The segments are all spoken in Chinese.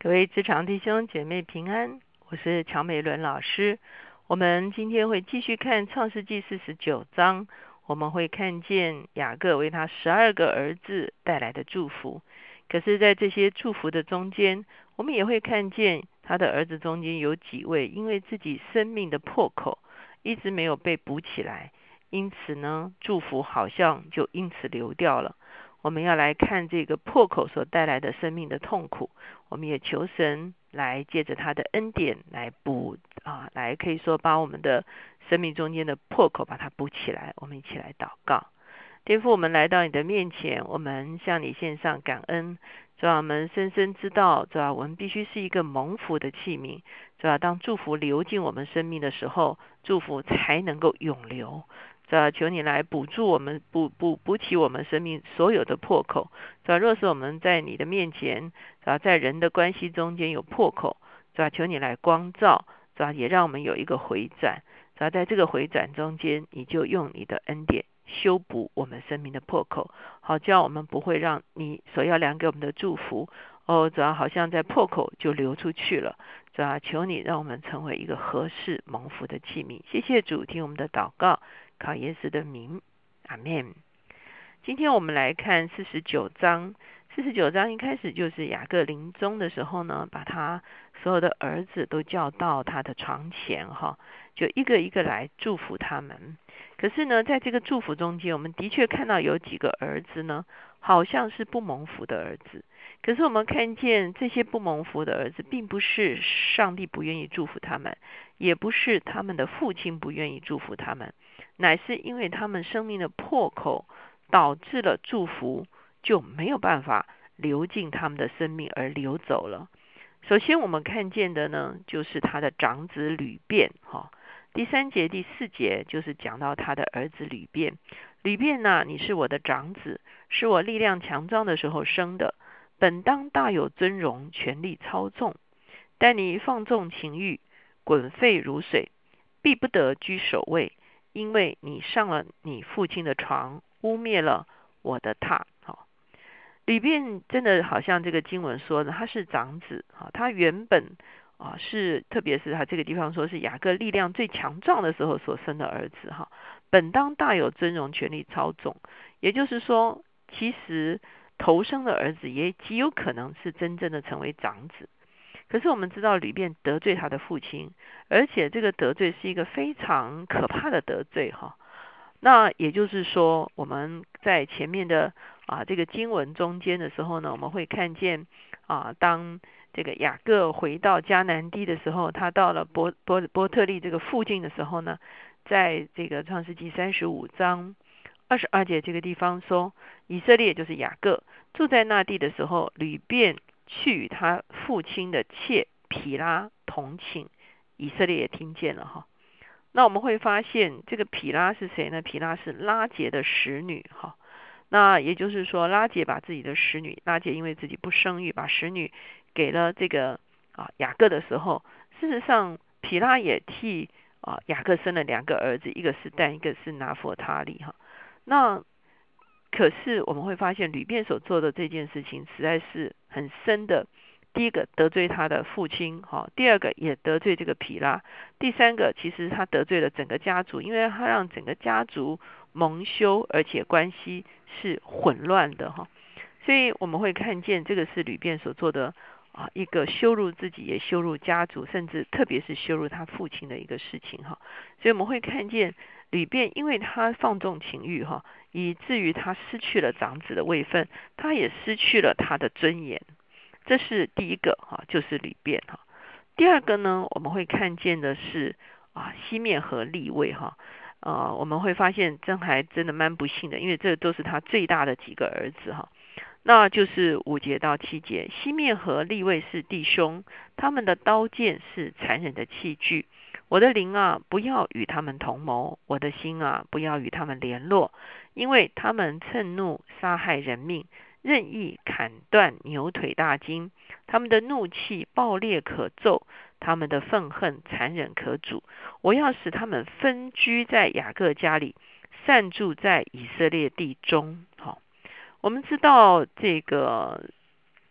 各位职场弟兄姐妹平安，我是乔美伦老师。我们今天会继续看创世纪49章，我们会看见雅各为他12个儿子带来的祝福。可是在这些祝福的中间，我们也会看见他的儿子中间有几位因为自己生命的破口一直没有被补起来，因此呢，祝福好像就因此流掉了。我们要来看这个破口所带来的生命的痛苦，我们也求神来借着他的恩典来补来可以说把我们的生命中间的破口把它补起来。我们一起来祷告。天父，我们来到你的面前，我们向你献上感恩。主啊，我们深深知道，主啊，我们必须是一个蒙福的器皿。主啊，当祝福流进我们生命的时候，祝福才能够永留。主啊，求你来补助我们，补起我们生命所有的破口。主啊，若是我们在你的面前，主啊，在人的关系中间有破口，主啊，求你来光照。主啊，也让我们有一个回转。主啊，在这个回转中间，你就用你的恩典修补我们生命的破口，好叫我们不会让你所要量给我们的祝福主要好像在破口就流出去了。主要求你让我们成为一个合适蒙福的器皿。谢谢主，听我们的祷告，靠耶稣的名，阿们。今天我们来看49章。49章一开始就是雅各临终的时候呢，把他所有的儿子都叫到他的床前就一个一个来祝福他们。可是呢，在这个祝福中间，我们的确看到有几个儿子呢，好像是不蒙福的儿子。可是我们看见这些不蒙福的儿子，并不是上帝不愿意祝福他们，也不是他们的父亲不愿意祝福他们，乃是因为他们生命的破口导致了祝福就没有办法流进他们的生命而流走了。首先我们看见的呢，就是他的长子吕便第3节第4节就是讲到他的儿子吕便。吕便啊，你是我的长子，是我力量强壮的时候生的，本当大有尊荣，权力操纵，但你放纵情欲，滚沸如水，必不得居首位，因为你上了你父亲的床，污蔑了我的榻。吕便真的好像这个经文说的，他是长子他原本是，特别是他这个地方说是雅各力量最强壮的时候所生的儿子本当大有尊荣，权力操纵。也就是说，其实头生的儿子也极有可能是真正的成为长子。可是我们知道吕便得罪他的父亲，而且这个得罪是一个非常可怕的得罪那也就是说，我们在前面的这个经文中间的时候呢，我们会看见当这个雅各回到迦南地的时候，他到了伯特利这个附近的时候呢，在这个创世纪35章22节这个地方说，以色列就是雅各住在那地的时候，吕便去与他父亲的妾毗拉同寝，以色列也听见了那我们会发现，这个毗拉是谁呢？毗拉是拉结的使女那也就是说，拉结把自己的使女，拉结因为自己不生育，把使女给了这个雅各的时候，事实上毗拉也替雅各生了2个儿子，一个是但，一个是拿弗他利那可是我们会发现，吕便所做的这件事情实在是很深的。第一个得罪他的父亲第二个也得罪这个毗拉，第三个其实他得罪了整个家族，因为他让整个家族蒙羞，而且关系是混乱的所以我们会看见这个是吕便所做的一个羞辱自己，也羞辱家族，甚至特别是羞辱他父亲的一个事情所以我们会看见吕便因为他放纵情欲以至于他失去了长子的位分，他也失去了他的尊严。这是第一个就是吕便第二个呢，我们会看见的是西面和利未我们会发现真的蛮不幸的，因为这都是他最大的几个儿子那就是5节到7节，西面和利未是弟兄，他们的刀剑是残忍的器具。我的灵不要与他们同谋，我的心不要与他们联络，因为他们趁怒杀害人命，任意砍断牛腿大筋，他们的怒气暴烈可咒，他们的愤恨残忍可阻。我要使他们分居在雅各家里，散住在以色列地中我们知道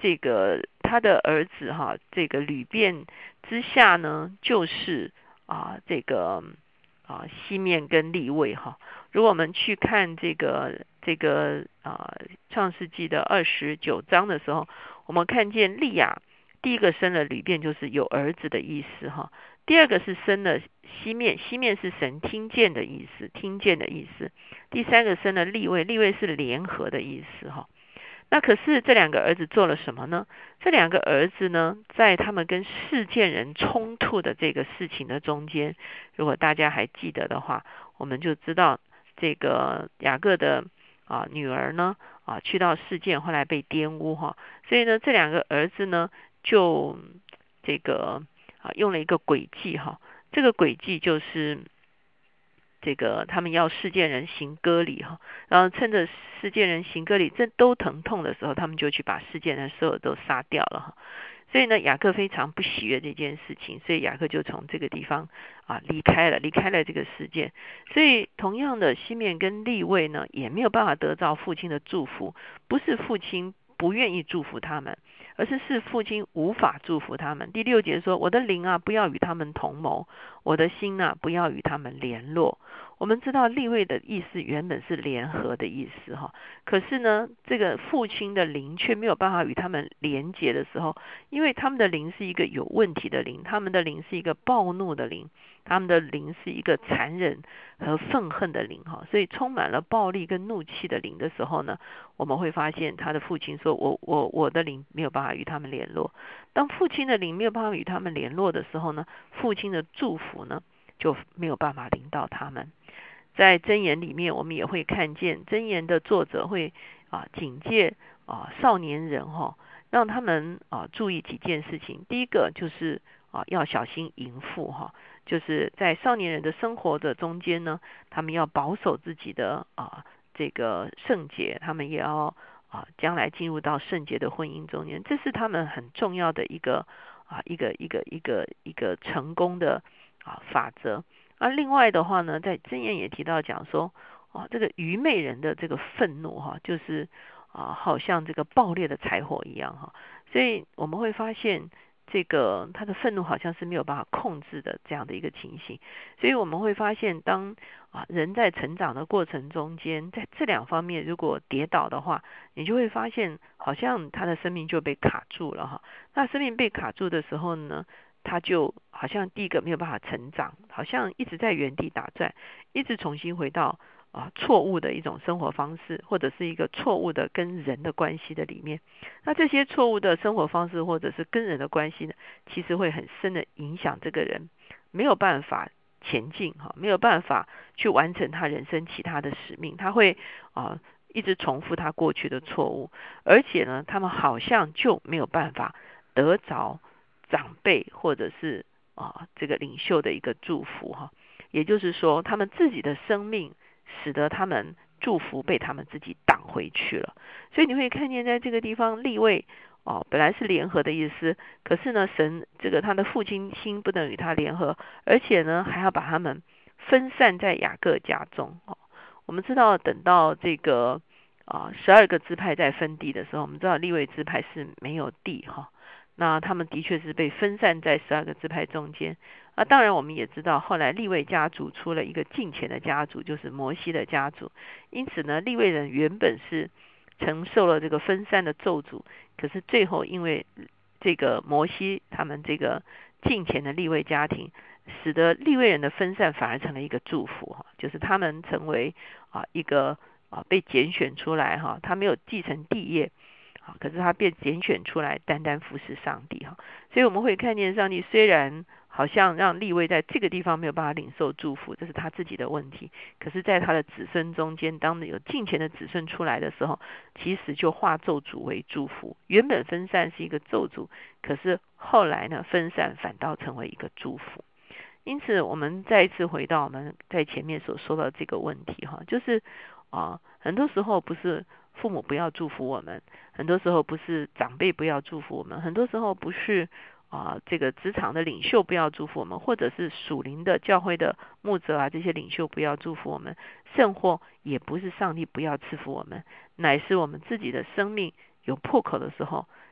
这个他的儿子哈，这个吕便之下呢，就是这个西面跟利位哈。如果我们去看这个创世纪的29章的时候，我们看见利亚第一个生了吕便，就是有儿子的意思哈。第二个是生了西面，西面是神听见的意思，听见的意思。第三个生了利位，利位是联合的意思哈。那可是这两个儿子做了什么呢？这两个儿子呢，在他们跟世件人冲突的这个事情的中间，如果大家还记得的话，我们就知道这个雅各的女儿呢去到世件，后来被玷污哈，所以呢这两个儿子呢就这个用了一个诡计哈，这个诡计就是这个他们要世件人行割礼哈，然后趁着世件人行割礼这都疼痛的时候，他们就去把世件人所有都杀掉了哈。所以呢，雅各非常不喜悦这件事情，所以雅各就从这个地方离开了这个事件。所以同样的，西面跟利位呢，也没有办法得到父亲的祝福，不是父亲不愿意祝福他们，而是父亲无法祝福他们。第6节说：“我的灵不要与他们同谋，我的心不要与他们联络。”我们知道利位的意思原本是联合的意思哈，可是呢，这个父亲的灵却没有办法与他们连结的时候，因为他们的灵是一个有问题的灵，他们的灵是一个暴怒的灵，他们的灵是一个残忍和愤恨的灵哈，所以充满了暴力跟怒气的灵的时候呢，我们会发现他的父亲说：“我的灵没有办法与他们联络。”当父亲的灵没有办法与他们联络的时候呢，父亲的祝福呢就没有办法临到他们。在箴言里面，我们也会看见箴言的作者会警戒少年人让他们注意几件事情。第一个就是要小心淫妇哈，就是在少年人的生活的中间呢，他们要保守自己的这个圣洁，他们也要将来进入到圣洁的婚姻中间，这是他们很重要的一个一个成功的法则。另外的话呢，在箴言也提到讲说这个愚昧人的这个愤怒就是好像这个爆裂的柴火一样哈，所以我们会发现这个他的愤怒好像是没有办法控制的这样的一个情形。所以我们会发现当人在成长的过程中间，在这两方面如果跌倒的话，你就会发现好像他的生命就被卡住了哈。那生命被卡住的时候呢，他就好像第一个没有办法成长，好像一直在原地打转，一直重新回到错误的一种生活方式，或者是一个错误的跟人的关系的里面。那这些错误的生活方式或者是跟人的关系呢，其实会很深的影响这个人，没有办法前进没有办法去完成他人生其他的使命，他会一直重复他过去的错误，而且呢，他们好像就没有办法得着长辈或者是这个领袖的一个祝福哈。也就是说，他们自己的生命使得他们祝福被他们自己挡回去了。所以你会看见在这个地方利位本来是联合的意思，可是呢，神这个他的父亲心不能与他联合，而且呢还要把他们分散在雅各家中我们知道等到这个12个支派在分地的时候，我们知道利未支派是没有地那他们的确是被分散在12个支派中间当然我们也知道后来利未家族出了一个敬虔的家族，就是摩西的家族，因此呢利未人原本是承受了这个分散的咒诅，可是最后因为这个摩西他们这个敬虔的利未家庭，使得利未人的分散反而成了一个祝福就是他们成为一个被拣选出来他没有继承地业可是他被拣选出来单单服侍上帝所以我们会看见上帝虽然好像让利未在这个地方没有办法领受祝福，这是他自己的问题，可是在他的子孙中间，当有敬虔的子孙出来的时候，其实就化咒诅为祝福。原本分散是一个咒诅，可是后来呢，分散反倒成为一个祝福。因此我们再一次回到我们在前面所说的这个问题就是很多时候不是父母不要祝福我们，很多时候不是长辈不要祝福我们，很多时候不是这个职场的领袖不要祝福我们，或者是属灵的教会的牧者这些领袖不要祝福我们，甚或也不是上帝不要赐福我们，乃是我们自己的生命有破口的时候，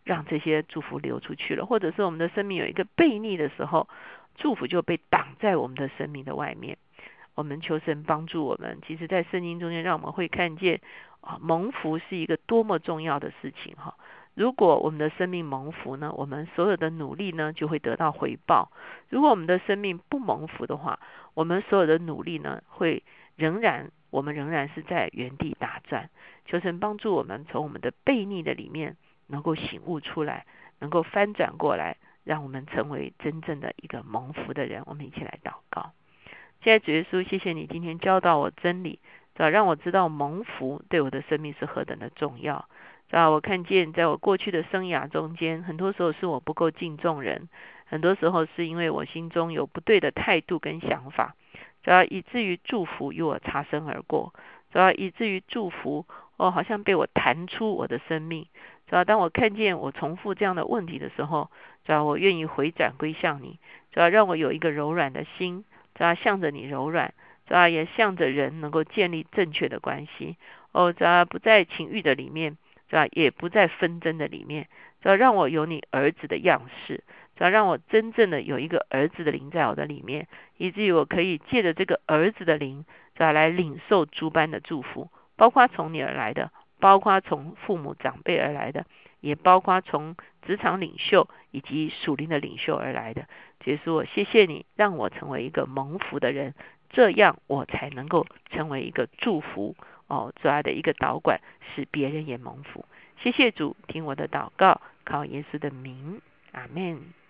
让这些祝福流出去了，或者是我们的生命有一个悖逆的时候，祝福就被挡在我们的生命的外面。我们求神帮助我们，其实在圣经中间让我们会看见蒙福是一个多么重要的事情哈。如果我们的生命蒙福呢，我们所有的努力呢就会得到回报。如果我们的生命不蒙福的话，我们所有的努力呢我们仍然是在原地打转。求神帮助我们从我们的悖逆的里面能够醒悟出来，能够翻转过来，让我们成为真正的一个蒙福的人。我们一起来祷告。现在主耶稣，谢谢你今天教导我真理，让我知道蒙福对我的生命是何等的重要。我看见在我过去的生涯中间，很多时候是我不够敬重人，很多时候是因为我心中有不对的态度跟想法，以至于祝福与我擦身而过，以至于祝福好像被我弹出我的生命。当我看见我重复这样的问题的时候，我愿意回转归向你，让我有一个柔软的心，向着你柔软，也向着人能够建立正确的关系。不在情欲的里面，也不在纷争的里面，让我有你儿子的样式，让我真正的有一个儿子的灵在我的里面，以至于我可以借着这个儿子的灵，来领受诸般的祝福，包括从你而来的，包括从父母长辈而来的，也包括从职场领袖以及属灵的领袖而来的。耶稣，我谢谢你让我成为一个蒙福的人，这样我才能够成为一个祝福主要的一个导管，使别人也蒙福。谢谢主，听我的祷告，靠耶稣的名，阿们。